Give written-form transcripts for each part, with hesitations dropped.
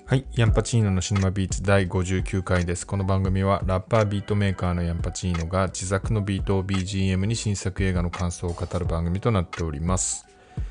はい、ヤンパチーノのシネマビーツ第59回です。この番組はラッパービートメーカーのヤンパチーノが自作のビートを BGM に新作映画の感想を語る番組となっております。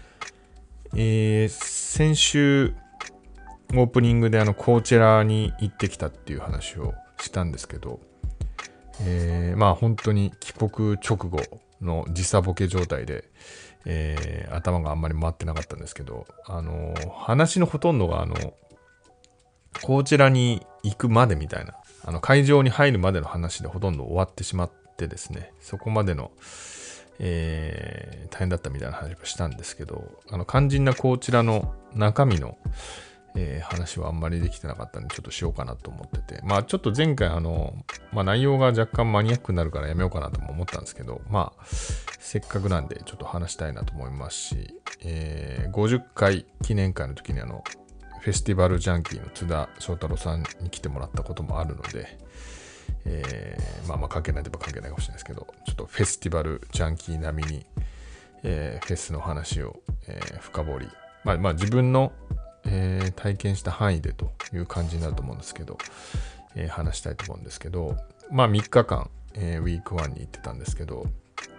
先週オープニングでコーチェラに行ってきたっていう話をしたんですけど、本当に帰国直後の時差ボケ状態で、頭があんまり回ってなかったんですけど、話のほとんどがこちらに行くまでみたいな、会場に入るまでの話でほとんど終わってしまってですね、そこまでの、大変だったみたいな話をしたんですけど、肝心なこちらの中身の、話はあんまりできてなかったんで、ちょっとしようかなと思ってて、ちょっと前回内容が若干マニアックになるからやめようかなとも思ったんですけど、せっかくなんでちょっと話したいなと思いますし、50回記念会の時にフェスティバルジャンキーの津田翔太郎さんに来てもらったこともあるので、関係ないといえば関係ないかもしれないですけど、ちょっとフェスティバルジャンキー並みに、フェスの話を、深掘り、自分の、体験した範囲でという感じになると思うんですけど、話したいと思うんですけど、3日間、ウィーク1に行ってたんですけど、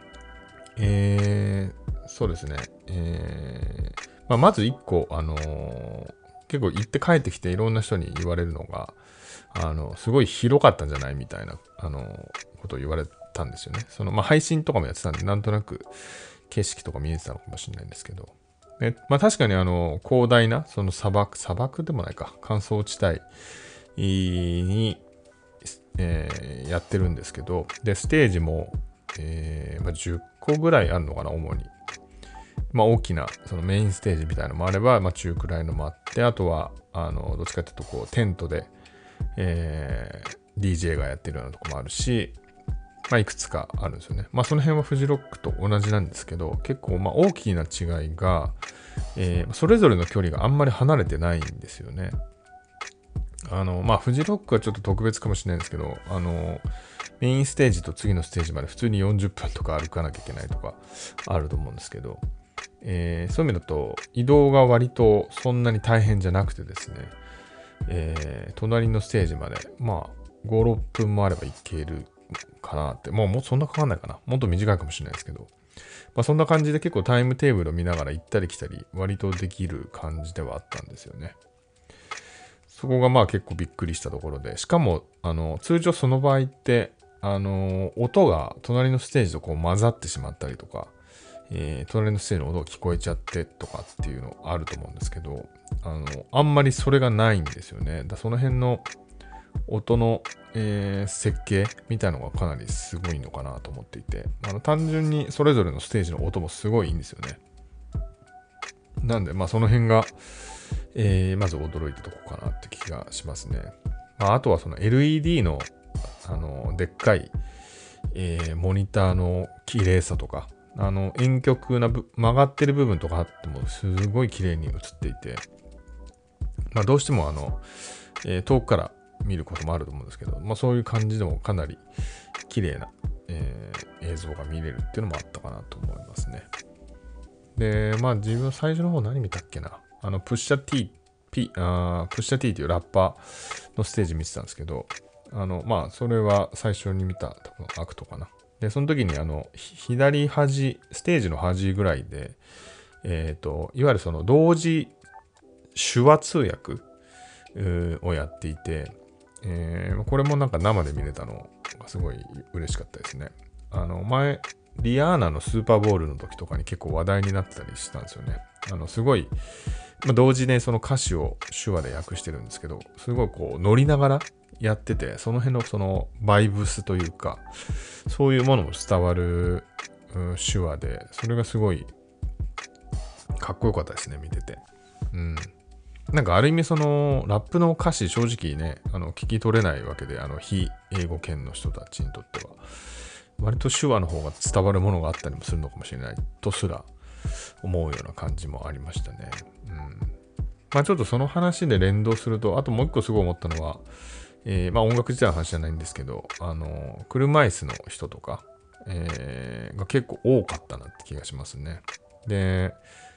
そうですね、まず1個、結構行って帰ってきていろんな人に言われるのが、すごい広かったんじゃないみたいな、ことを言われたんですよね。配信とかもやってたんで、なんとなく景色とか見えてたのかもしれないんですけど。確かに広大な、その砂漠でもないか、乾燥地帯に、やってるんですけど、で、ステージも、10個ぐらいあるのかな、主に。大きなそのメインステージみたいなのもあれば、中くらいのもあって、あとはどっちかというとこうテントで、DJ がやってるようなとこもあるし、いくつかあるんですよね。その辺はフジロックと同じなんですけど、結構大きな違いが、それぞれの距離があんまり離れてないんですよね。フジロックはちょっと特別かもしれないんですけど、メインステージと次のステージまで普通に40分とか歩かなきゃいけないとかあると思うんですけど、そういう意味だと移動が割とそんなに大変じゃなくてですね、隣のステージまで5、6分もあれば行けるかなって、もうそんなかかんないかな、もっと短いかもしれないですけど、そんな感じで結構タイムテーブルを見ながら行ったり来たり割とできる感じではあったんですよね。そこが結構びっくりしたところで、しかも通常その場合って音が隣のステージとこう混ざってしまったりとか、隣のステージの音が聞こえちゃってとかっていうのあると思うんですけど、あんまりそれがないんですよね。その辺の音の、設計みたいなのがかなりすごいのかなと思っていて、単純にそれぞれのステージの音もすごいいいんですよね。なんでその辺が、まず驚いたとこかなって気がしますね。あとはその LED のでっかい、モニターの綺麗さとか、遠曲な曲がってる部分とかあってもすごい綺麗に映っていて、どうしても遠くから見ることもあると思うんですけど、そういう感じでもかなり綺麗な、映像が見れるっていうのもあったかなと思いますね。で、自分最初の方何見たっけな、プッシャ T っていうラッパーのステージ見てたんですけど、それは最初に見た多分アクトかな。で、その時に左端、ステージの端ぐらいで、いわゆるその同時手話通訳をやっていて、これもなんか生で見れたのがすごい嬉しかったですね。前、リアーナのスーパーボールの時とかに結構話題になってたりしたんですよね。すごい、同時でその歌詞を手話で訳してるんですけど、すごいこう乗りながらやってて、その辺のそのバイブスというか、そういうものも伝わる手話で、それがすごいかっこよかったですね、見てて。なんかある意味そのラップの歌詞正直ね、聞き取れないわけで、非英語圏の人たちにとっては。割と手話の方が伝わるものがあったりもするのかもしれないとすら思うような感じもありましたね。ちょっとその話で連動すると、あともう一個すごい思ったのは、音楽自体の話じゃないんですけど、車椅子の人とか、が結構多かったなって気がしますね。で、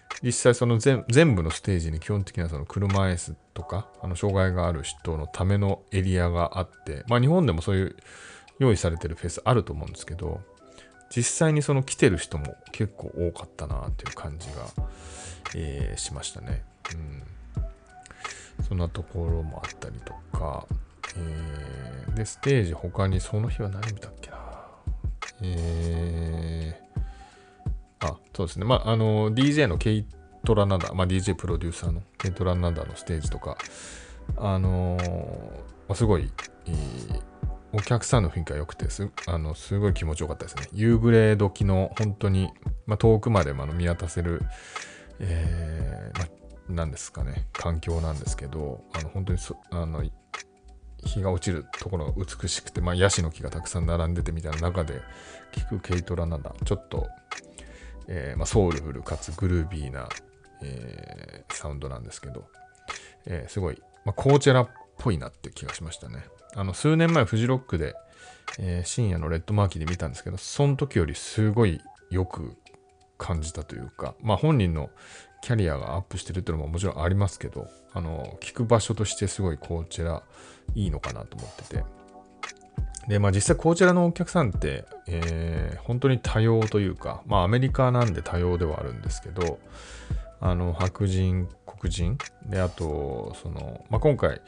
実際その全部のステージに基本的にはその車椅子とか障害がある人のためのエリアがあって、まあ日本でもそういう用意されてるフェスあると思うんですけど、実際にその来てる人も結構多かったなっていう感じが、しましたね。そんなところもあったりとか、でステージ他にその日は何見たっけな。そうですね。まあDJ のケイトラナダ、まあ DJ プロデューサーのケイトラナダのステージとか、すごい、お客さんの雰囲気が良くてすごい気持ちよかったですね。夕暮れ時の本当に、まあ、遠くまで見渡せる、なんですかね、環境なんですけど、本当に日が落ちるところが美しくて、まあ、ヤシの木がたくさん並んでてみたいな中で聴くケイトラナダ、ちょっと、ソウルフルかつグルービーな、サウンドなんですけど、すごい、コーチェラっぽいなって気がしましたね。数年前フジロックで、深夜のレッドマーキーで見たんですけど、その時よりすごいよく感じたというか、まあ本人のキャリアがアップしてるっていうのももちろんありますけど、聞く場所としてすごいコーチェラいいのかなと思ってて。で、まあ実際コーチェラのお客さんって、本当に多様というか、まあアメリカなんで多様ではあるんですけど、白人、黒人で、あと、今回、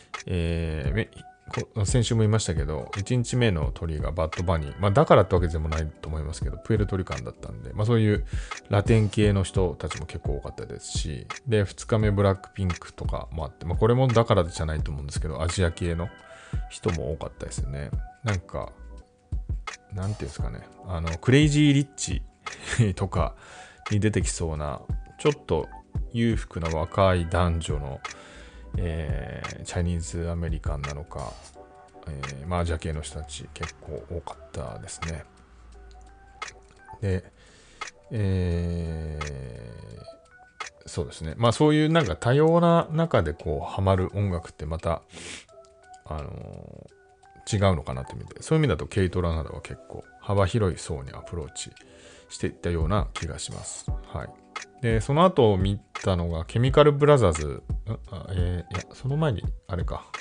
先週も言いましたけど、1日目の鳥がバッドバニー、まあだからってわけでもないと思いますけど、プエルトリカンだったんで、まあそういうラテン系の人たちも結構多かったですし、で、2日目ブラックピンクとかもあって、まあこれもだからじゃないと思うんですけど、アジア系の人も多かったですよね。なんか、なんていうんですかね、クレイジーリッチとかに出てきそうな、ちょっと裕福な若い男女の、チャイニーズアメリカンなのか、まあアジア系の人たち結構多かったですね。で、そうですね。まあそういうなんか多様な中でこうハマる音楽ってまた、違うのかなって見て、そういう意味だとケイトラなどは結構幅広い層にアプローチしていったような気がします。はい。で、その後見たのがケミカルブラザーズ、その前にあれか、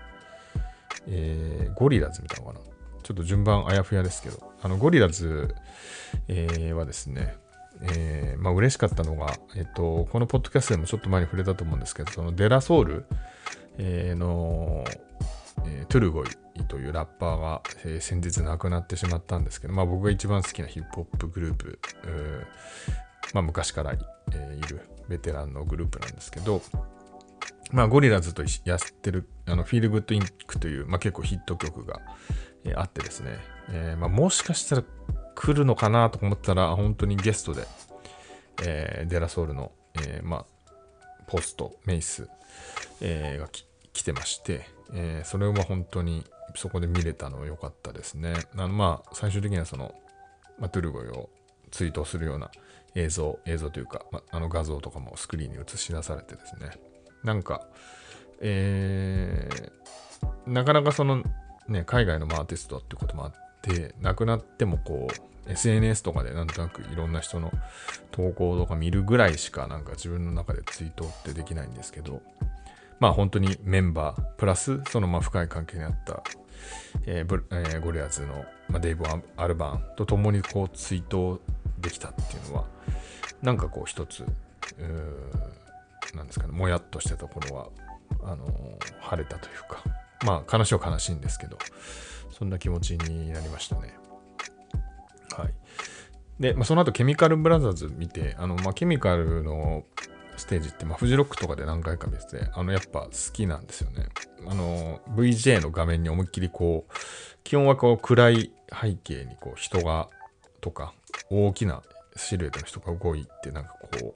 ゴリラズ見たのかな。ちょっと順番あやふやですけど、ゴリラズ、はですね、まあ嬉しかったのが、このポッドキャストでもちょっと前に触れたと思うんですけど、そのデラソウル、の、トゥルゴイというラッパーが、先日亡くなってしまったんですけど、まあ僕が一番好きなヒップホップグループ、まあ昔から、いるベテランのグループなんですけど、まあゴリラズとやってるフィールグッドインクという、まあ、結構ヒット曲が、あってですね、まあ、もしかしたら来るのかなと思ったら本当にゲストで、デラソウルの、まあポストメイス、が来てまして、それは本当にそこで見れたの良かったですね。まあ最終的にはその、まあ、トゥルゴイを追悼するような映像というか、まあ、画像とかもスクリーンに映し出されてですね、なんか、なかなかそのね海外のアーティストってこともあって亡くなってもこう SNS とかでなんとなくいろんな人の投稿とか見るぐらいしかなんか自分の中で追悼ってできないんですけど、まあ本当にメンバープラスそのまあ深い関係にあった、ゴリラズの、まあ、デイブ・アルバンと共にこう追悼できたっていうのはなんかこう一つなんですかね、もやっとしたところは晴れたというか、まあ悲しいは悲しいんですけどそんな気持ちになりましたね。はい。で、まあ、その後ケミカルブラザーズ見てまあ、ケミカルのステージって、まあ、フジロックとかで何回か見ててやっぱ好きなんですよね。VJ の画面に思いっきりこう基本はこう暗い背景にこう人がとか大きなシルエットの人が動いてなんかこう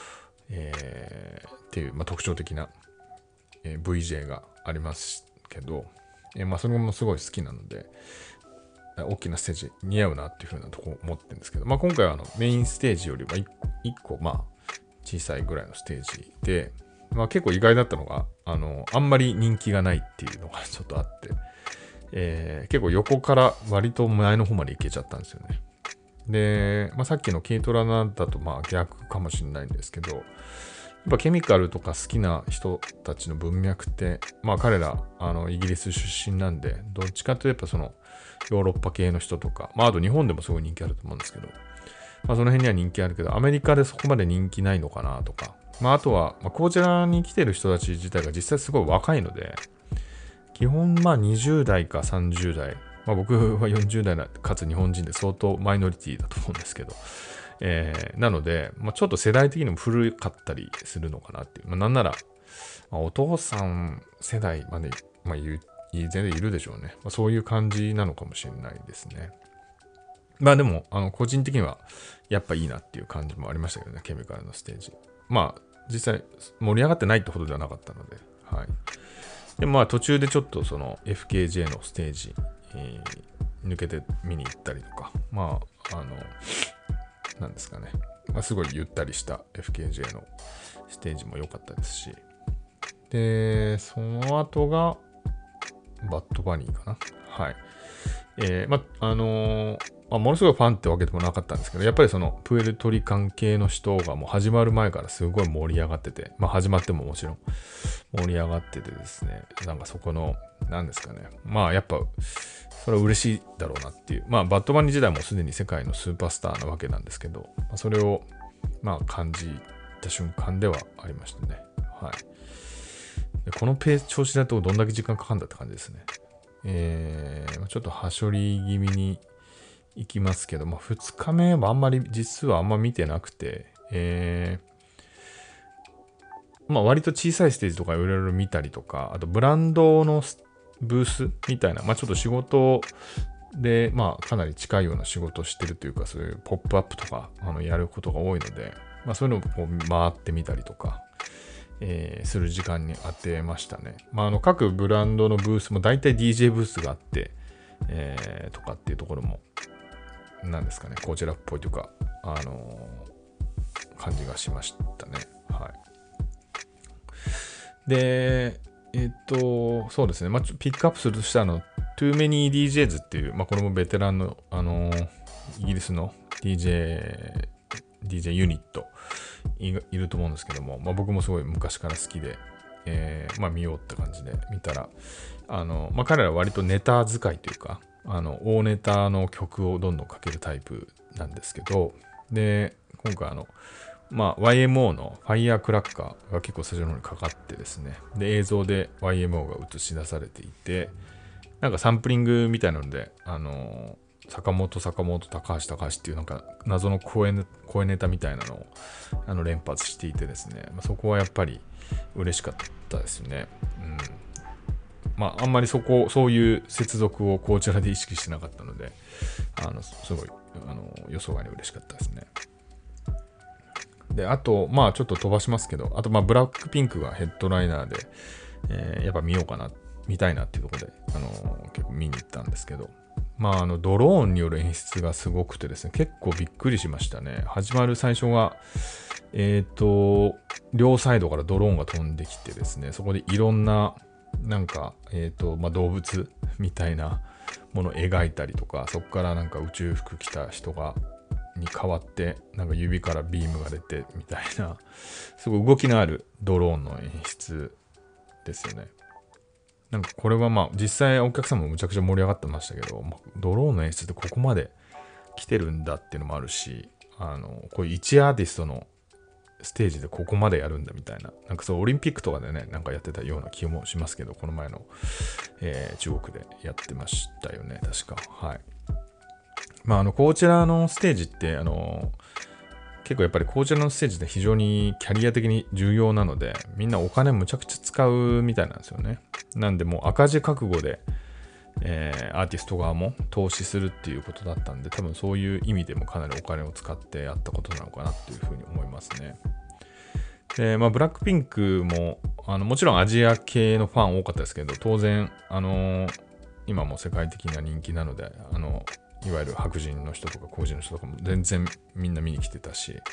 っていう、まあ、特徴的な、VJ がありますけど、まあ、それもすごい好きなので大きなステージ似合うなっていう風なとこ思ってるんですけど、まあ、今回はメインステージよりは1個まあ小さいぐらいのステージで、まあ、結構意外だったのがあんまり人気がないっていうのがちょっとあって、結構横から割と前の方まで行けちゃったんですよね。 で、さっきの軽トラなんだと逆かもしれないんですけど、やっぱケミカルとか好きな人たちの文脈って、彼らイギリス出身なんで、どっちかというとやっぱそのヨーロッパ系の人とか、あと日本でもすごい人気あると思うんですけど、その辺には人気あるけど、アメリカでそこまで人気ないのかなとか、あとは、こちらに来てる人たち自体が実際すごい若いので、基本20代か30代、僕は40代かつ日本人で相当マイノリティだと思うんですけど、なので、ちょっと世代的にも古かったりするのかなっていう。なんなら、お父さん世代まで、全然いるでしょうね。そういう感じなのかもしれないですね。でも、個人的にはやっぱいいなっていう感じもありましたけどね、ケミカルのステージ。実際盛り上がってないってほどではなかったので、はい。で、途中でちょっとその FKJ のステージ、抜けて見に行ったりとか、なんですかね。すごいゆったりした FKJ のステージも良かったですし、で、その後がバッドバニーかな。はい。ものすごいファンってわけでもなかったんですけど、やっぱりそのプエルトリカン系の人がもう始まる前からすごい盛り上がってて、始まってももちろん盛り上がっててですね、なんかそこの、なんですかね、やっぱ、それは嬉しいだろうなっていう、バッドバニー時代もすでに世界のスーパースターなわけなんですけど、それを、感じた瞬間ではありましたね。はい。でこの調子だとどんだけ時間かかるんだって感じですね。ちょっとはしょり気味に行きますけど、2日目は実はあんま見てなくて、割と小さいステージとかいろいろ見たりとか、あとブランドのブースみたいな、ちょっと仕事で、かなり近いような仕事をしてるというか、そういうポップアップとかやることが多いので、そういうのをこう回ってみたりとか、する時間に当てましたね。各ブランドのブースも大体 DJ ブースがあって、とかっていうところも、なんですかね、こちらっぽいというか、感じがしましたね。はい。で、そうですね、ピックアップするとしたらToo Many DJs っていう、これもベテランの、イギリスの DJ ユニットいると思うんですけども、僕もすごい昔から好きで、見ようって感じで見たら、彼らは割とネタ使いというか、大ネタの曲をどんどんかけるタイプなんですけど、で、今回YMO のファイヤークラッカーが結構最初の方にかかってですね、で、映像で YMO が映し出されていて、なんかサンプリングみたいなので、坂本、高橋っていうなんか謎の声ネタみたいなのを連発していてですね、そこはやっぱり嬉しかったですね。あんまりそういう接続をこちらで意識してなかったので、すごい、予想外に嬉しかったですね。で、あと、ちょっと飛ばしますけど、あと、ブラックピンクがヘッドライナーで、やっぱ見たいなっていうところで、結構見に行ったんですけど、ドローンによる演出がすごくてですね、結構びっくりしましたね。始まる最初が、両サイドからドローンが飛んできてですね、そこでいろんな、なんか、動物みたいなものを描いたりとか、そこからなんか宇宙服着た人に変わって、なんか指からビームが出てみたいな、すごい動きのあるドローンの演出ですよね。なんかこれは実際お客さんもむちゃくちゃ盛り上がってましたけど、ドローンの演出ってここまで来てるんだっていうのもあるし、こういう一アーティストのステージでここまでやるんだみたいな、なんかそうオリンピックとかでね、なんかやってたような気もしますけど、この前の、中国でやってましたよね、確か。はい。こちらのステージって、結構やっぱりこちらのステージって非常にキャリア的に重要なので、みんなお金むちゃくちゃ使うみたいなんですよね。なんでもう赤字覚悟で、アーティスト側も投資するっていうことだったんで、多分そういう意味でもかなりお金を使ってやったことなのかなっていうふうに思いますね。で、ブラックピンクも、もちろんアジア系のファン多かったですけど、当然、今も世界的な人気なので、いわゆる白人の人とか黒人の人とかも全然みんな見に来てたし、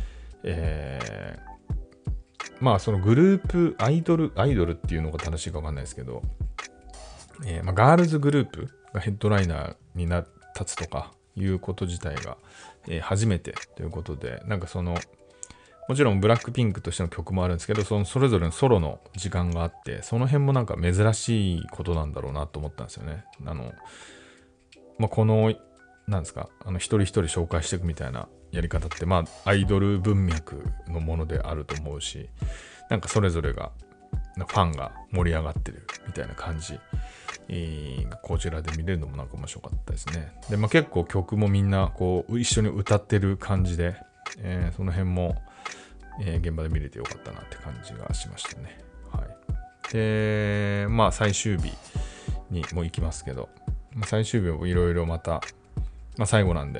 そのグループ、アイドルっていうのが正しいかわかんないですけど、ガールズグループがヘッドライナーに立つとか、 いうこと自体が、初めてということで、なんかもちろんブラックピンクとしての曲もあるんですけど、それぞれのソロの時間があって、その辺もなんか珍しいことなんだろうなと思ったんですよね。この、なんですか、一人一人紹介していくみたいなやり方って、アイドル文脈のものであると思うし、なんかそれぞれが、ファンが盛り上がってるみたいな感じ、こちらで見れるのもなんか面白かったですね。で、結構曲もみんなこう一緒に歌ってる感じで、その辺も、現場で見れてよかったなって感じがしましたね。はい。で、最終日にもう行きますけど、最終日もいろいろまた、最後なんで、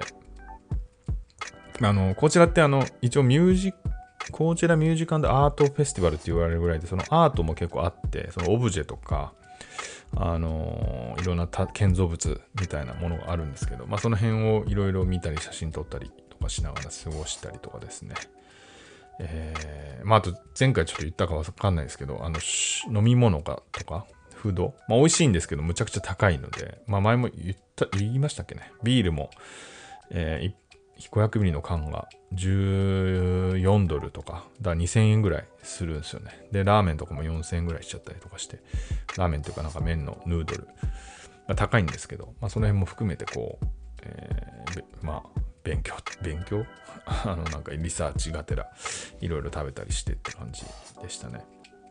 こちらって一応こちらミュージカルアートフェスティバルって言われるぐらいで、そのアートも結構あって、そのオブジェとか、いろんな建造物みたいなものがあるんですけど、その辺をいろいろ見たり写真撮ったりとかしながら過ごしたりとかですね。あと前回ちょっと言ったかわかんないですけど、飲み物とか、フード、美味しいんですけど、むちゃくちゃ高いので、前も言いましたっけね。ビールも、500ミリの缶が14ドルとか、だから2000円ぐらいするんですよね。で、ラーメンとかも4000円ぐらいしちゃったりとかして、ラーメンというかなんか麺のヌードルが高いんですけど、その辺も含めてこう、勉強なんかリサーチがてらいろいろ食べたりしてって感じでしたね。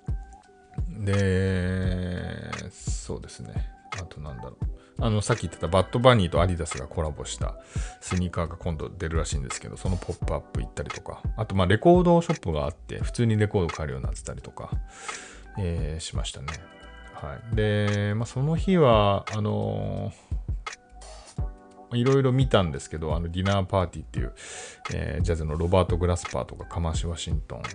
で、そうですね。あとなんだろう。さっき言ってたバッドバニーとアディダスがコラボしたスニーカーが今度出るらしいんですけど、そのポップアップ行ったりとか、あとレコードショップがあって、普通にレコード買えるようになってたりとか、しましたね。はい。で、その日は、いろいろ見たんですけど、ディナーパーティーっていう、ジャズのロバート・グラスパーとかカマシ・ワシントン、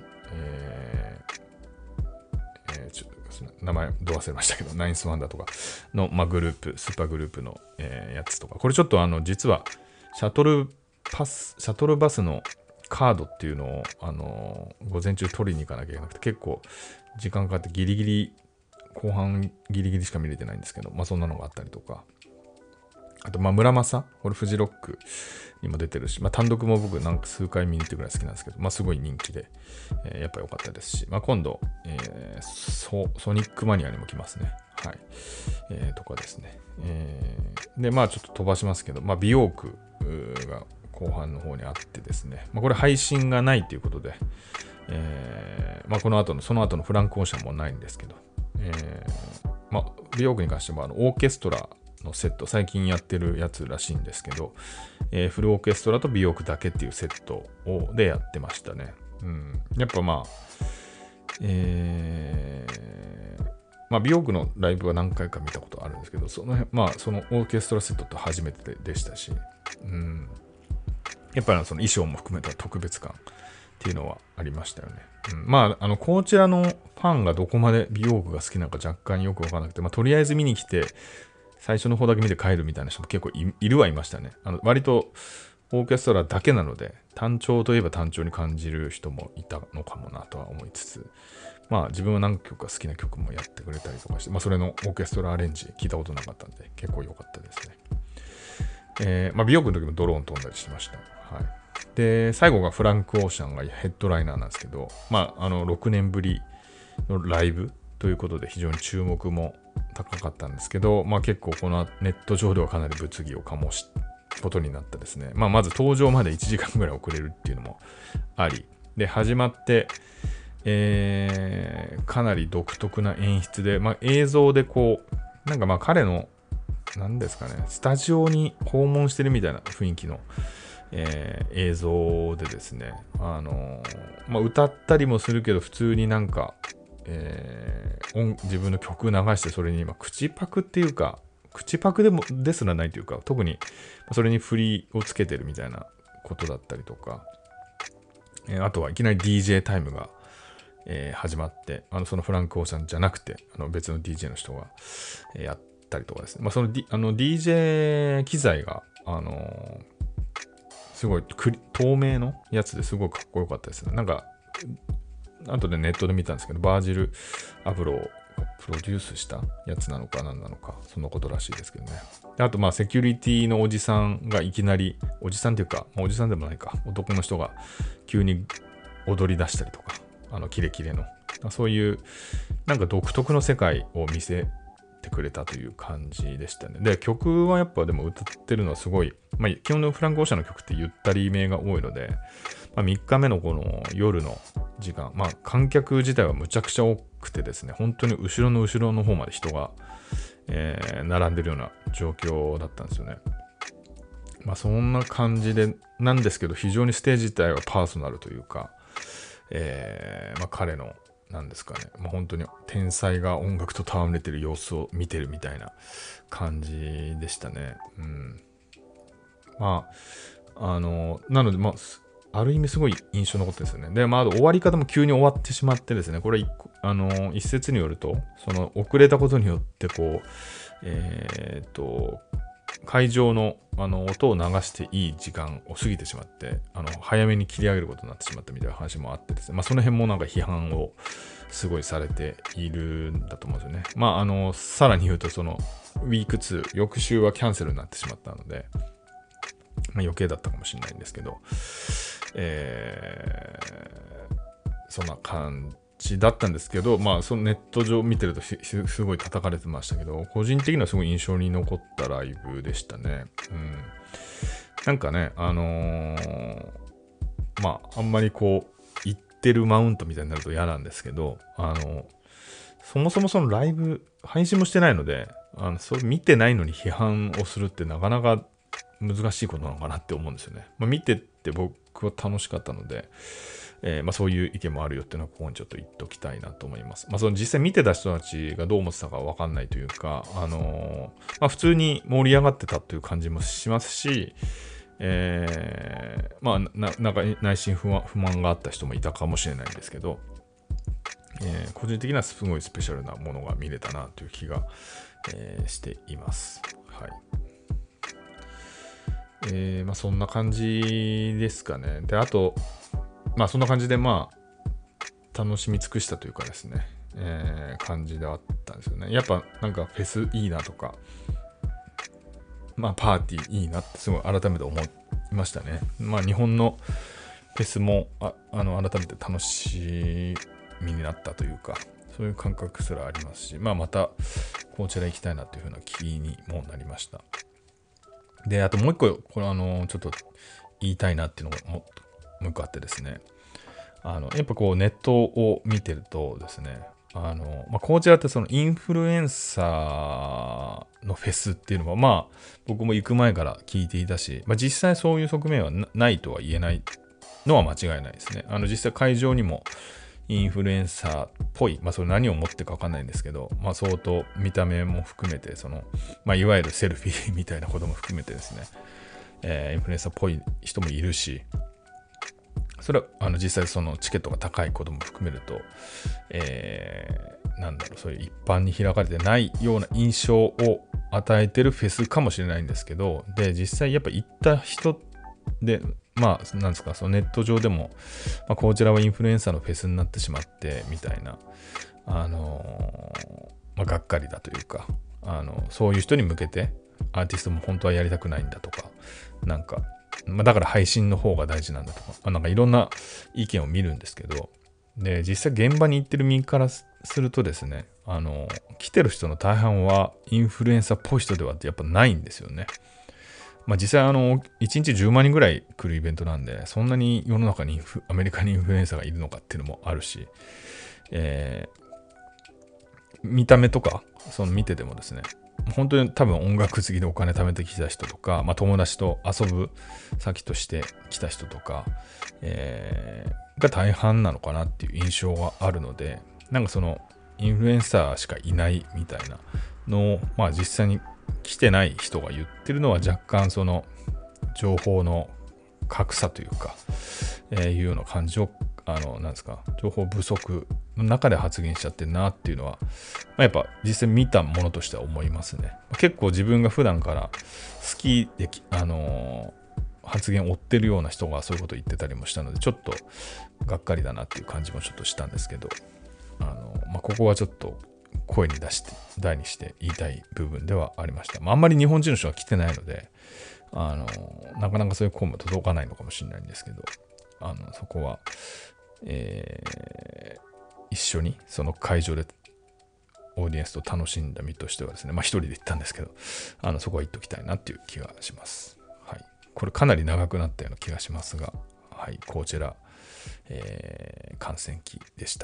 ちょっと名前ど忘れましたけど、ナインスワンダーとかの、グループ、スーパーグループの、やつとか、これちょっと実はシャトルバスのカードっていうのを午前中取りに行かなきゃいけなくて、結構時間かかってギリギリ後半ギリギリしか見れてないんですけど、そんなのがあったりとか、あと村正、これフジロックにも出てるし、単独も僕なんか数回見に行ってぐらい好きなんですけど、すごい人気で、やっぱ良かったですし、今度、ソニックマニアにも来ますね。はい。とかですね。で、ちょっと飛ばしますけど、美容区が後半の方にあってですね、これ配信がないということで、その後のフランクオーシャンもないんですけど、美容区に関してもオーケストラのセット、最近やってるやつらしいんですけど、フルオーケストラと美容区だけっていうセットでやってましたね。やっぱ美容区のライブは何回か見たことあるんですけど、そのオーケストラセットって初めてでしたし、やっぱりその衣装も含めた特別感っていうのはありましたよね。こちらのファンがどこまで美容区が好きなのか若干よくわからなくて、とりあえず見に来て、最初の方だけ見て帰るみたいな人も結構いましたね。割とオーケストラだけなので、単調といえば単調に感じる人もいたのかもなとは思いつつ、自分は何曲か好きな曲もやってくれたりとかして、それのオーケストラアレンジ聞いたことなかったんで、結構良かったですね。美容区の時もドローン飛んだりしました。はい。で、最後がフランク・オーシャンがヘッドライナーなんですけど、6年ぶりのライブということで非常に注目も高かったんですけど、結構このネット上ではかなり物議を醸すことになったですね。まず登場まで1時間ぐらい遅れるっていうのもあり、で、始まって、かなり独特な演出で、映像でこう、なんか彼の、何ですかね、スタジオに訪問してるみたいな雰囲気の、映像でですね、歌ったりもするけど、普通になんか、自分の曲流してそれに口パクっていうか、口パクですらないというか、特にそれに振りをつけてるみたいなことだったりとか、あとはいきなり DJ タイムが、始まって、そのフランク・オーシャンじゃなくて、別の DJ の人が、やったりとかですね。その、DJ 機材が、すごい透明のやつですごいかっこよかったですね。なんか、後でネットで見たんですけど、バージル・アブロープロデュースしたやつなのか何なのか、そんなことらしいですけどね。であとまあセキュリティのおじさんがいきなり、おじさんっていうか、まあ、おじさんでもないか、男の人が急に踊り出したりとか、キレキレの、そういうなんか独特の世界を見せてくれたという感じでしたね。で、曲はやっぱでも歌ってるのはすごい、まあ、基本のフランク・オーシャンの曲ってゆったりめが多いので、まあ、3日目のこの夜の時間、まあ、観客自体はむちゃくちゃ多くてですね、本当に後ろの後ろの方まで人が、並んでるような状況だったんですよね。まあ、そんな感じでなんですけど、非常にステージ自体はパーソナルというか、まあ、彼のなんですかね、まあ、本当に天才が音楽と戯れてる様子を見てるみたいな感じでしたね。うん、まあなのでまあある意味すごい印象に残ってるんですよね。で、まあ、あと終わり方も急に終わってしまってですね、これ一説によると、その遅れたことによってこう、会場の音を流していい時間を過ぎてしまって、早めに切り上げることになってしまったみたいな話もあってですね、まあ、その辺もなんか批判をすごいされているんだと思うんですよね。まあ、さらに言うと、そのウィーク2、翌週はキャンセルになってしまったので、まあ、余計だったかもしれないんですけど、そんな感じだったんですけど、まあそのネット上見てるとすごい叩かれてましたけど、個人的にはすごい印象に残ったライブでしたね。うん、なんかね、まああんまりこう言ってるマウントみたいになると嫌なんですけど、そもそもそのライブ配信もしてないので、それ見てないのに批判をするってなかなか難しいことなのかなって思うんですよね。まあ、見てって僕は楽しかったので、まあ、そういう意見もあるよっていうのはここにちょっと言っておきたいなと思います。まあ、その実際見てた人たちがどう思ってたかわかんないというか、まあ、普通に盛り上がってたという感じもしますし、まあなんか内心不満があった人もいたかもしれないんですけど、個人的にはすごいスペシャルなものが見れたなという気が、しています。はい。まあそんな感じですかね。で、あと、まあそんな感じでまあ楽しみ尽くしたというかですね、感じであったんですよね。やっぱなんかフェスいいなとか、まあパーティーいいなってすごい改めて思いましたね。まあ日本のフェスも改めて楽しみになったというか、そういう感覚すらありますし、まあまたこちら行きたいなというふうな気にもなりました。で、あともう一個、これちょっと言いたいなっていうのがもう一個あってですね、やっぱこうネットを見てるとですね、まあ、こちらってそのインフルエンサーのフェスっていうのは、まあ、僕も行く前から聞いていたし、まあ、実際そういう側面はないとは言えないのは間違いないですね。実際会場にもインフルエンサーっぽい、まあ、それ何を持ってか分かんないんですけど、まあ、相当見た目も含めて、まあ、いわゆるセルフィーみたいなことも含めてですね、インフルエンサーっぽい人もいるし、それは実際そのチケットが高いことも含めると、なんだろう、そういう一般に開かれてないような印象を与えてるフェスかもしれないんですけど、で、実際やっぱ行った人で、まあ、なんですか、そのネット上でも、まあ、こちらはインフルエンサーのフェスになってしまって、みたいな、まあ、がっかりだというか、そういう人に向けて、アーティストも本当はやりたくないんだとか、なんか、まあ、だから配信の方が大事なんだとか、なんかいろんな意見を見るんですけど、で、実際現場に行ってる身からするとですね、来てる人の大半はインフルエンサーっぽい人ではやっぱないんですよね。まあ実際1日10万人ぐらい来るイベントなんで、そんなに世の中にアメリカにインフルエンサーがいるのかっていうのもあるし、見た目とか、見ててもですね、本当に多分音楽好きでお金貯めてきた人とか、まあ、友達と遊ぶ先として来た人とか、が大半なのかなっていう印象があるので、なんかインフルエンサーしかいないみたいなのを、まあ実際に来てない人が言ってるのは若干情報の格差というか、いうような感じをなんですか、情報不足の中で発言しちゃってるなっていうのは、まあ、やっぱ実際見たものとしては思いますね。結構自分が普段から好きで発言を追ってるような人がそういうことを言ってたりもしたので、ちょっとがっかりだなっていう感じもちょっとしたんですけど、まあ、ここはちょっと声に出して大にして言いたい部分ではありました。あんまり日本人の人が来てないのでなかなかそういう声も届かないのかもしれないんですけど、そこは、一緒にその会場でオーディエンスと楽しんだ身としてはですね、一人で行ったんですけど、そこは言っときたいなっていう気がします。はい。これかなり長くなったような気がしますが、はい、こちら、観戦記でした。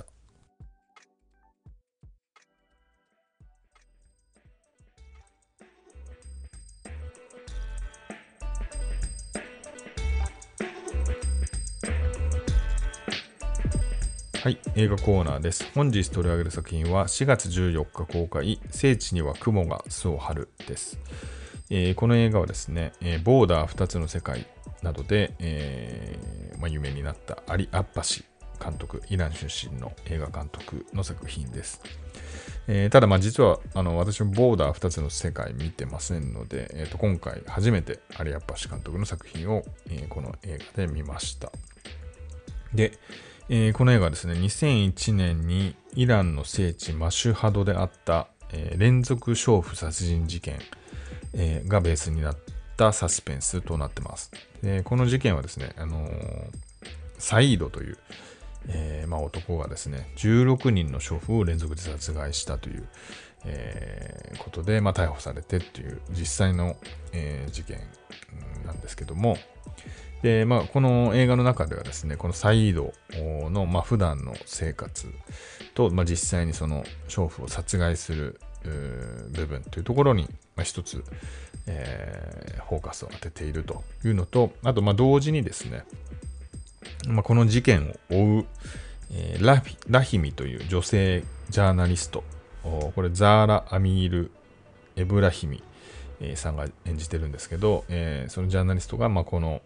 はい、映画コーナーです。本日取り上げる作品は4月14日公開、聖地には雲が巣を張るです。この映画はですね、ボーダー2つの世界などで、有名になったアリ・アッバシ監督、イラン出身の映画監督の作品です。ただ実は私もボーダー2つの世界見てませんので、今回初めてアリ・アッバシ監督の作品を、この映画で見ました。で、この映画はですね、2001年にイランの聖地マシュハドであった、連続娼婦殺人事件、がベースになったサスペンスとなってます。でこの事件はですね、サイードという、男がですね、16人の娼婦を連続で殺害したという、ことで、逮捕されてという実際の、事件なんですけども、で、この映画の中ではですね、このサイードの、普段の生活と、実際にその娼婦を殺害する部分というところに、一つ、フォーカスを当てているというのと、あと同時にですね、この事件を追う、ラヒミという女性ジャーナリスト、これザーラ・アミール・エブラヒミさんが演じてるんですけど、そのジャーナリストがこの、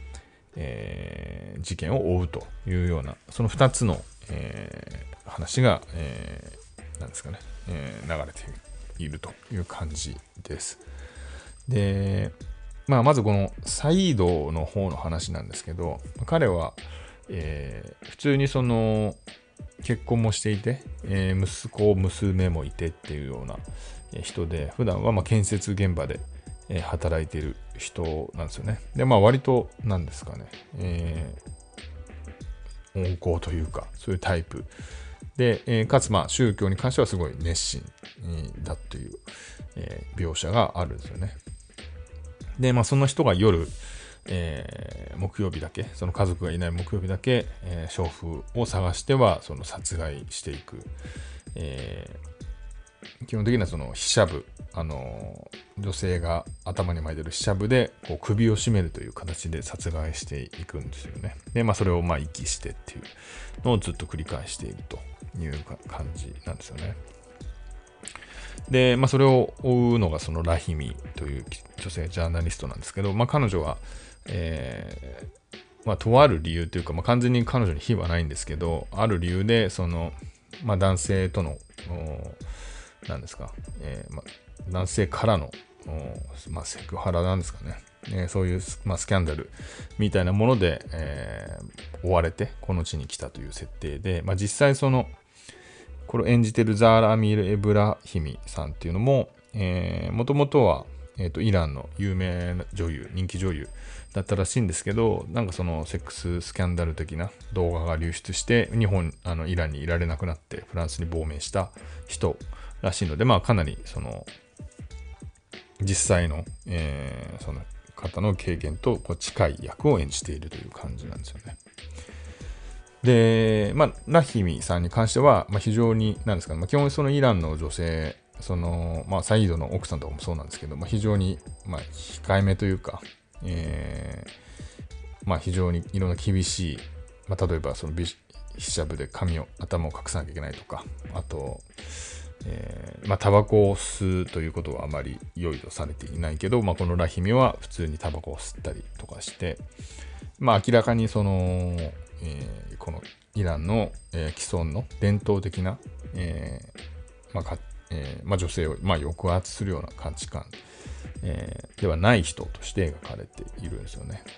事件を追うというような、その2つの、話が、なんですかね、流れているという感じです。で、まずこのサイードの方の話なんですけど、彼は、普通にその結婚もしていて、息子娘もいてっていうような人で、普段は建設現場で働いている人なんですよね。で、割となんですかね、温厚というかそういうタイプで、かつ宗教に関してはすごい熱心だという、描写があるんですよね。で、その人が夜、木曜日だけ、その家族がいない木曜日だけ、娼婦を探してはその殺害していく、基本的にはそのヒシャブ、女性が頭に巻いてるヒシャブでこう首を絞めるという形で殺害していくんですよね。で、それを息してっていうのをずっと繰り返しているという感じなんですよね。で、それを追うのがそのラヒミという女性ジャーナリストなんですけど、彼女は、とある理由というか、完全に彼女に非はないんですけど、ある理由でその、男性とのなんですか、男性からの、セクハラなんですかね、そういう、スキャンダルみたいなもので、追われてこの地に来たという設定で、実際そのこれを演じてるザーラ・アミール・エブラヒミさんっていうのももともとは、イランの有名な女優、人気女優だったらしいんですけど、なんかそのセックススキャンダル的な動画が流出してイランにいられなくなってフランスに亡命した人らしいので、かなりその実際の、その方の経験と近い役を演じているという感じなんですよね。で、ラヒミさんに関しては、非常に何ですかね、基本そのイランの女性、そのサイードの奥さんとかもそうなんですけど、非常に控えめというか、非常にいろんな厳しい、例えばそのヒシャブで頭を隠さなきゃいけないとか、あとタバコを吸うということはあまり良いとされていないけど、このラヒミは普通にタバコを吸ったりとかして、明らかにその、このイランの、既存の伝統的な、女性を、抑圧するような価値観、ではない人として描かれているんですよね。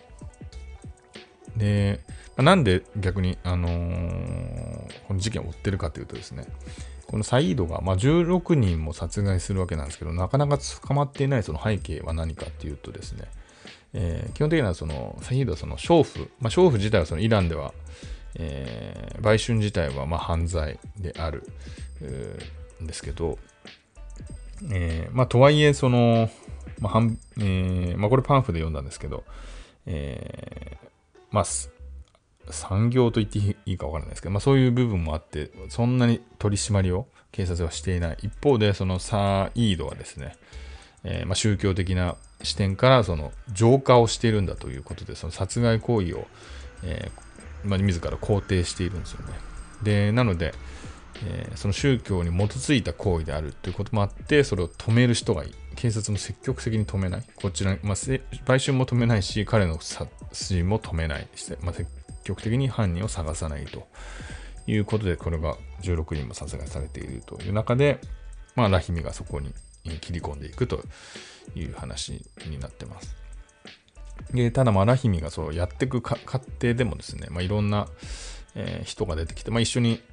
で、なんで逆に、この事件を追ってるかというとですね、 このサイードが、16人も殺害するわけなんですけど、なかなか捕まっていないその背景は何かっていうとですね、基本的にはそのサイードはその娼婦、娼婦自体はそのイランでは、売春自体は犯罪であるんですけど、とはいえその、これパンフで読んだんですけど、産業と言っていいか分からないですけど、そういう部分もあって、そんなに取り締まりを警察はしていない。一方で、そのサイードはですね、宗教的な視点からその浄化をしているんだということで、その殺害行為を、自ら肯定しているんですよね。で、なので、その宗教に基づいた行為であるということもあって、それを止める人がいい。警察も積極的に止めない。こちら、売春も止めないし、彼の殺人も止めない。積極的に犯人を探さないということで、これが16人も殺害されているという中で、ラヒミがそこに切り込んでいくという話になってます。でただ、ラヒミがそうやっていく過程でもですね、いろんな、人が出てきて、一緒に、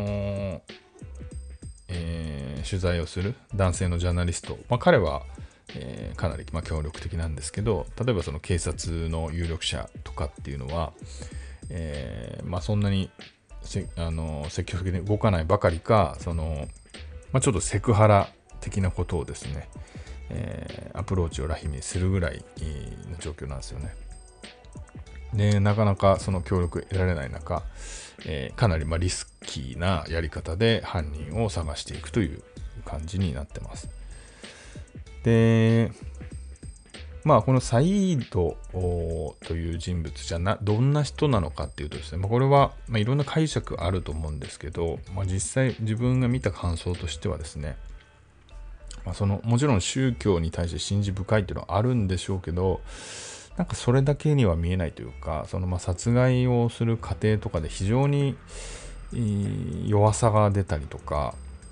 取材をする男性のジャーナリスト、彼は、かなり協力的なんですけど、例えばその警察の有力者とかっていうのは、そんなに積極的に動かないばかりか、そのちょっとセクハラ的なことをですね、アプローチをラヒミにするぐらいの状況なんですよね。でなかなかその協力得られない中、かなりリスキーなやり方で犯人を探していくという感じになってます。でこのサイードという人物じゃどんな人なのかっていうとですね、これはいろんな解釈あると思うんですけど、実際自分が見た感想としてはですね、もちろん宗教に対して信心深いっていうのはあるんでしょうけど、なんかそれだけには見えないというか、その殺害をする過程とかで非常に弱さが出たりとか、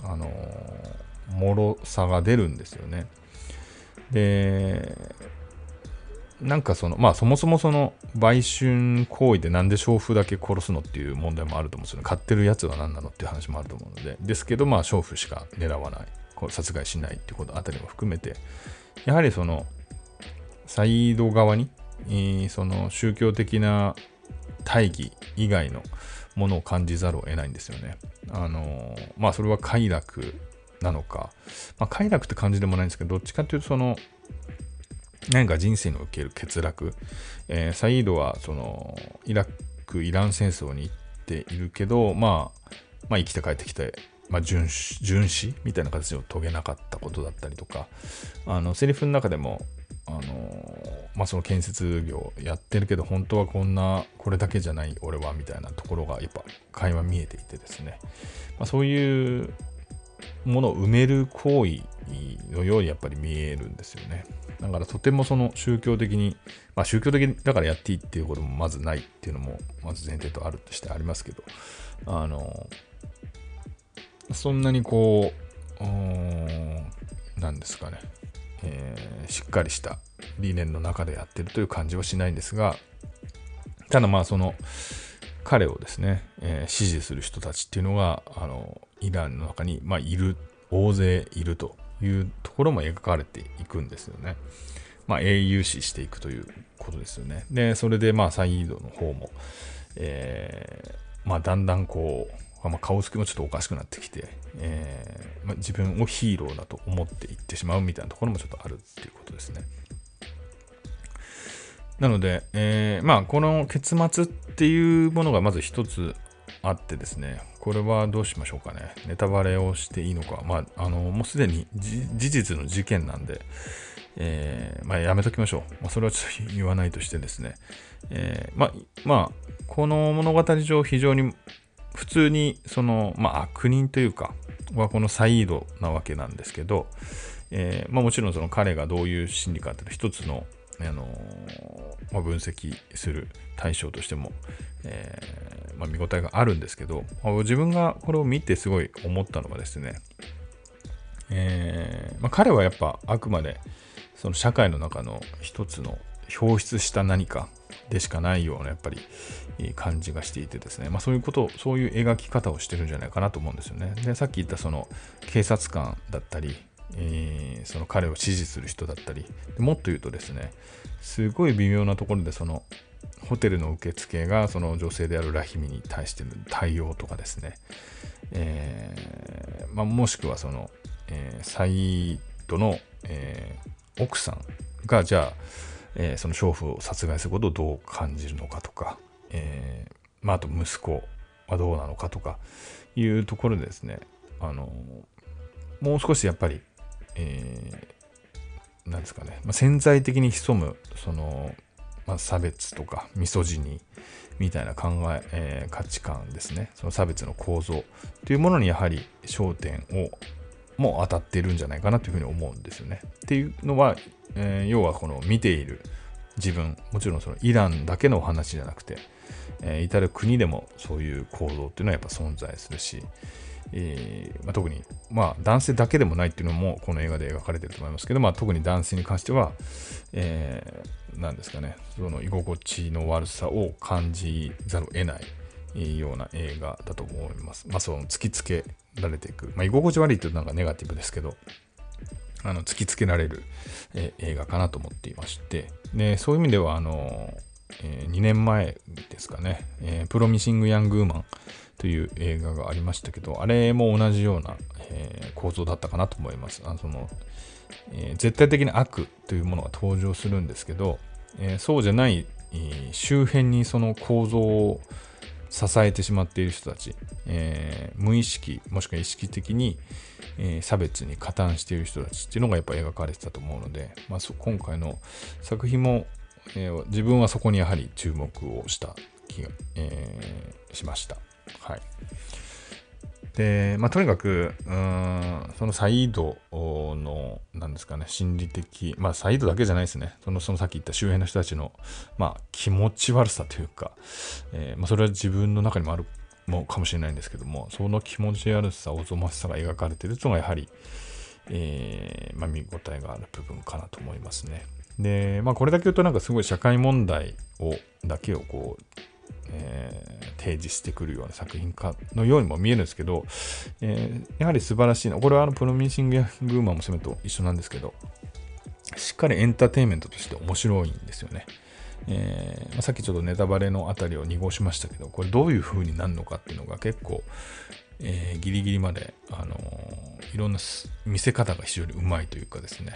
脆さが出るんですよね。でなんかそもそもその売春行為でなんで娼婦だけ殺すのっていう問題もあると思うんですよね。買ってるやつは何なのっていう話もあると思うので、ですけど娼婦しか狙わない、殺害しないっていうことあたりも含めて、やはりそのサイード側に、その宗教的な大義以外のものを感じざるを得ないんですよね。それは快楽なのか、快楽って感じでもないんですけど、どっちかというとその何か人生における欠落、サイードはそのイラン戦争に行っているけど、生きて帰ってきて、殉死みたいな形を遂げなかったことだったりとか、セリフの中でもその建設業やってるけど本当はこれだけじゃない俺はみたいなところがやっぱ垣間見えていてですね、そういうものを埋める行為のようにやっぱり見えるんですよね。だからとてもその宗教的に、宗教的だからやっていいっていうこともまずないっていうのもまず前提とあるとしてありますけど、そんなになんですかね、しっかりした理念の中でやってるという感じはしないんですが、ただその彼をですね、支持する人たちっていうのがイランの中に大勢いるというところも描かれていくんですよね。英雄視していくということですよね。でそれでサイードの方も、だんだん顔つきもちょっとおかしくなってきて、自分をヒーローだと思っていってしまうみたいなところもちょっとあるっていうことですね。なので、この結末っていうものがまず一つあってですね、これはどうしましょうかね。ネタバレをしていいのか。もうすでに事実の事件なんで、やめときましょう。それはちょっと言わないとしてですね。この物語上非常に普通に悪人というかはこのサイードなわけなんですけど、もちろんその彼がどういう心理かっていう一つの分析する対象としても、見応えがあるんですけど、自分がこれを見てすごい思ったのがですね、彼はやっぱあくまでその社会の中の一つの表出した何かでしかないようなやっぱり感じがしていてですね、そういう描き方をしてるんじゃないかなと思うんですよね。で、さっき言ったその警察官だったり、その彼を支持する人だったり、もっと言うとですね、すごい微妙なところでそのホテルの受付がその女性であるラヒミに対しての対応とかですね、もしくはその、サイードの、奥さんがじゃあ、その娼婦を殺害することをどう感じるのかとか、あと息子はどうなのかとかいうところでですね、もう少しやっぱり、なんですかね、潜在的に潜むその、差別とかミソジニみたいな価値観ですね、その差別の構造というものにやはり焦点をも当たっているんじゃないかなというふうに思うんですよね。っていうのは、要はこの見ている自分、もちろんそのイランだけのお話じゃなくて、至る国でもそういう構造っていうのはやっぱ存在するし、特に男性だけでもないっていうのもこの映画で描かれてると思いますけど、特に男性に関しては、なんですかね、その居心地の悪さを感じざるを得ないような映画だと思います。その突きつけられていく、居心地悪いとなんかネガティブですけど、突きつけられる、映画かなと思っていまして、でそういう意味では2年前ですかね、プロミシング・ヤング・ウーマンという映画がありましたけど、あれも同じような、構造だったかなと思います。絶対的な悪というものが登場するんですけど、そうじゃない、周辺にその構造を支えてしまっている人たち、無意識もしくは意識的に、差別に加担している人たちっていうのがやっぱ描かれてたと思うので、今回の作品も、自分はそこにやはり注目をした気が、しました。はい。で、とにかくそのサイードのなんですかね、心理的、サイードだけじゃないですね。そのさっき言った周辺の人たちの気持ち悪さというか、それは自分の中にもあるもかもしれないんですけども、その気持ち悪さ、おぞましさが描かれているというのがやはり、見応えがある部分かなと思いますね。で、これだけ言うとなんかすごい社会問題だけをこう、提示してくるような作品家のようにも見えるんですけど、やはり素晴らしいな。これはプロミシング・ヤング・ウーマンもそれと一緒なんですけど、しっかりエンターテインメントとして面白いんですよね。さっきちょっとネタバレのあたりを濁しましたけど、これどういう風になるのかっていうのが結構、ギリギリまで、いろんな見せ方が非常にうまいというかですね、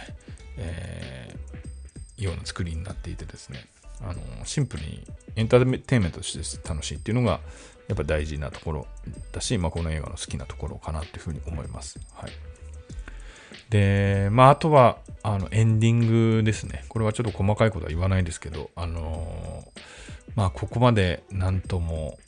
ような作りになっていてですね、シンプルにエンターテインメントとして楽しいっていうのがやっぱ大事なところだし、この映画の好きなところかなっていうふうに思います。はい。で、あとはエンディングですね。これはちょっと細かいことは言わないですけど、ここまでなんとも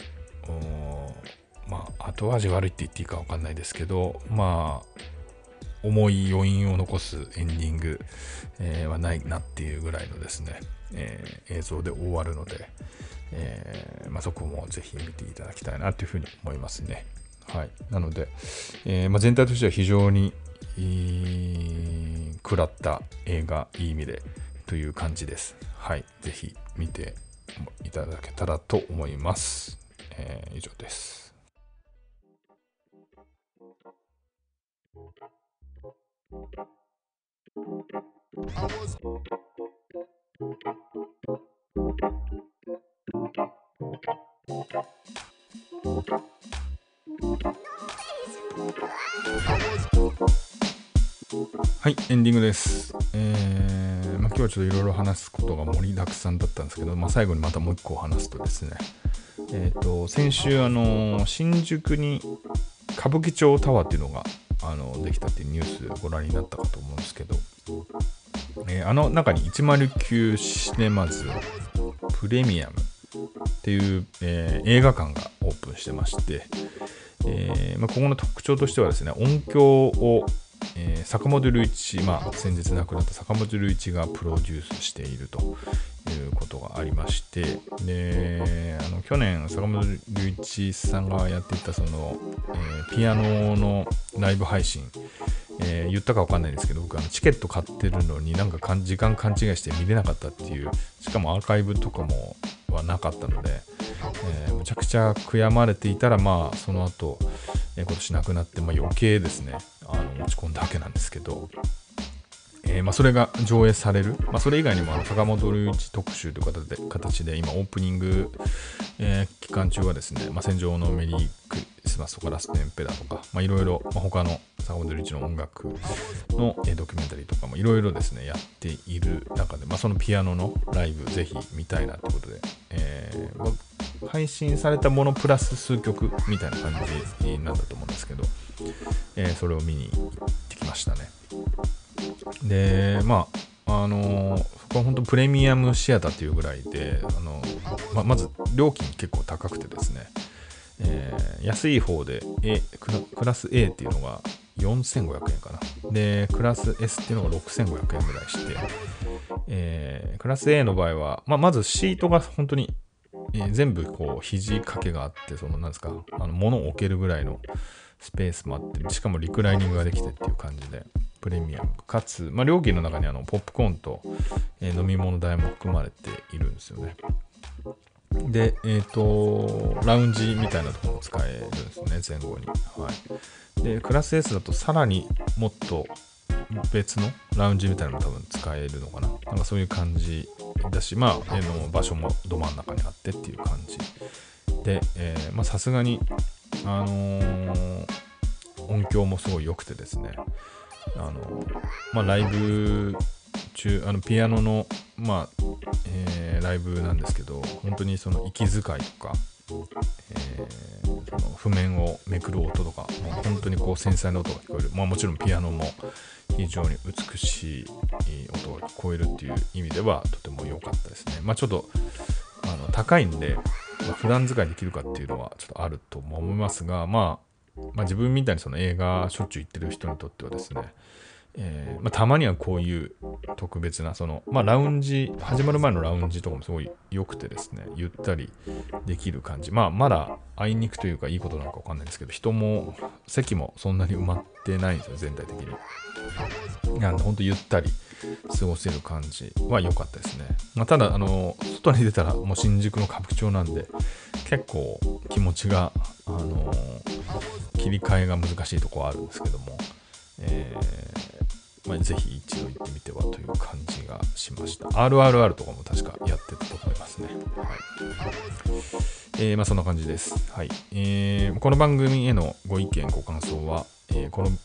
後味悪いって言っていいか分かんないですけど、重い余韻を残すエンディング、はないなっていうぐらいのですね、映像で終わるので、そこもぜひ見ていただきたいなというふうに思いますね。はい。なので、全体としては非常に食らった映画、いい意味でという感じです。はい。ぜひ見ていただけたらと思います。以上です。はい、エンディングです。今日はちょっといろいろ話すことが盛りだくさんだったんですけど、最後にまたもう一個話すとですね、先週新宿に歌舞伎町タワーっていうのができたっていうニュースご覧になったかと思うんですけど、中に109シネマズプレミアムっていう、映画館がオープンしてまして、ここの特徴としてはですね、音響を、坂本龍一、先日亡くなった坂本龍一がプロデュースしているということがありまして、で去年坂本龍一さんがやっていたその、ピアノのライブ配信言ったか分かんないんですけど、僕チケット買ってるのになんか時間勘違いして見れなかったっていう、しかもアーカイブとかもはなかったので、むちゃくちゃ悔やまれていたら、まあその後、今年亡くなって、まあ、余計ですね落ち込んだわけなんですけど、まあ、それが上映される、まあ、それ以外にも坂本龍一特集という形で今オープニング、期間中はですね、まあ、戦場のメリークリスマスとかラストエンペラーとか、まあ、いろいろ、まあ、他の坂本龍一の音楽の、ドキュメンタリーとかもいろいろですねやっている中で、まあ、そのピアノのライブぜひ見たいなということで、配信されたものプラス数曲みたいな感じなんだと思うんですけど、それを見に行ってきましたね。で、まあそこは本当プレミアムシアターというぐらいで、まず料金結構高くてですね、安い方で、クラス A っていうのが4500円かな。で、クラス S っていうのが6500円ぐらいして、クラス A の場合は、まずシートが本当に、全部こう肘掛けがあって、なんですか、物を置けるぐらいのスペースもあって、しかもリクライニングができてっていう感じで、プレミアムかつ、まあ、料金の中にポップコーンと、飲み物代も含まれているんですよね。で、ラウンジみたいなところも使えるんですね、前後に。はい。で、クラス S だとさらにもっと別のラウンジみたいなのも多分使えるのかな。なんかそういう感じだし、まあ、場所もど真ん中にあってっていう感じで、まあさすがに、音響もすごい良くてですね、まあライブ中、ピアノの、まあライブなんですけど、本当にその息遣いとか、その譜面をめくる音とか、もう本当にこう繊細な音が聞こえる。まあもちろんピアノも非常に美しい音が聞こえるっていう意味ではとても良かったですね。まあちょっと高いんで、普段使いできるかっていうのはちょっとあると思いますが、まあ自分みたいにその映画しょっちゅう行ってる人にとってはですね、たまにはこういう特別なラウンジ、始まる前のラウンジとかもすごい良くてですね、ゆったりできる感じ。まだあいにくというかいいことなのか分かんないですけど、人も席もそんなに埋まってないんですよ、全体的に。なんで本当ゆったり過ごせる感じは良かったですね。ただ外に出たらもう新宿の歌舞伎町なんで、結構気持ちが切り替えが難しいところはあるんですけども、ぜひ一度行ってみてはという感じがしました。RRR とかも確かやってたと思いますね。はい。そんな感じです。はい。この番組へのご意見ご感想は、この、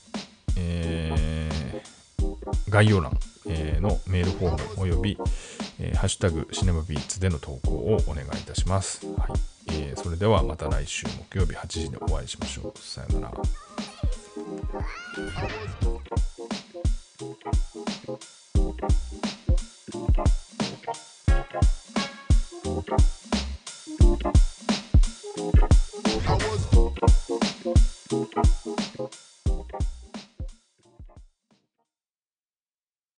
概要欄のメールフォームおよび、ハッシュタグシネマビーツでの投稿をお願いいたします。はい。それではまた来週木曜日8時にお会いしましょう。さよなら。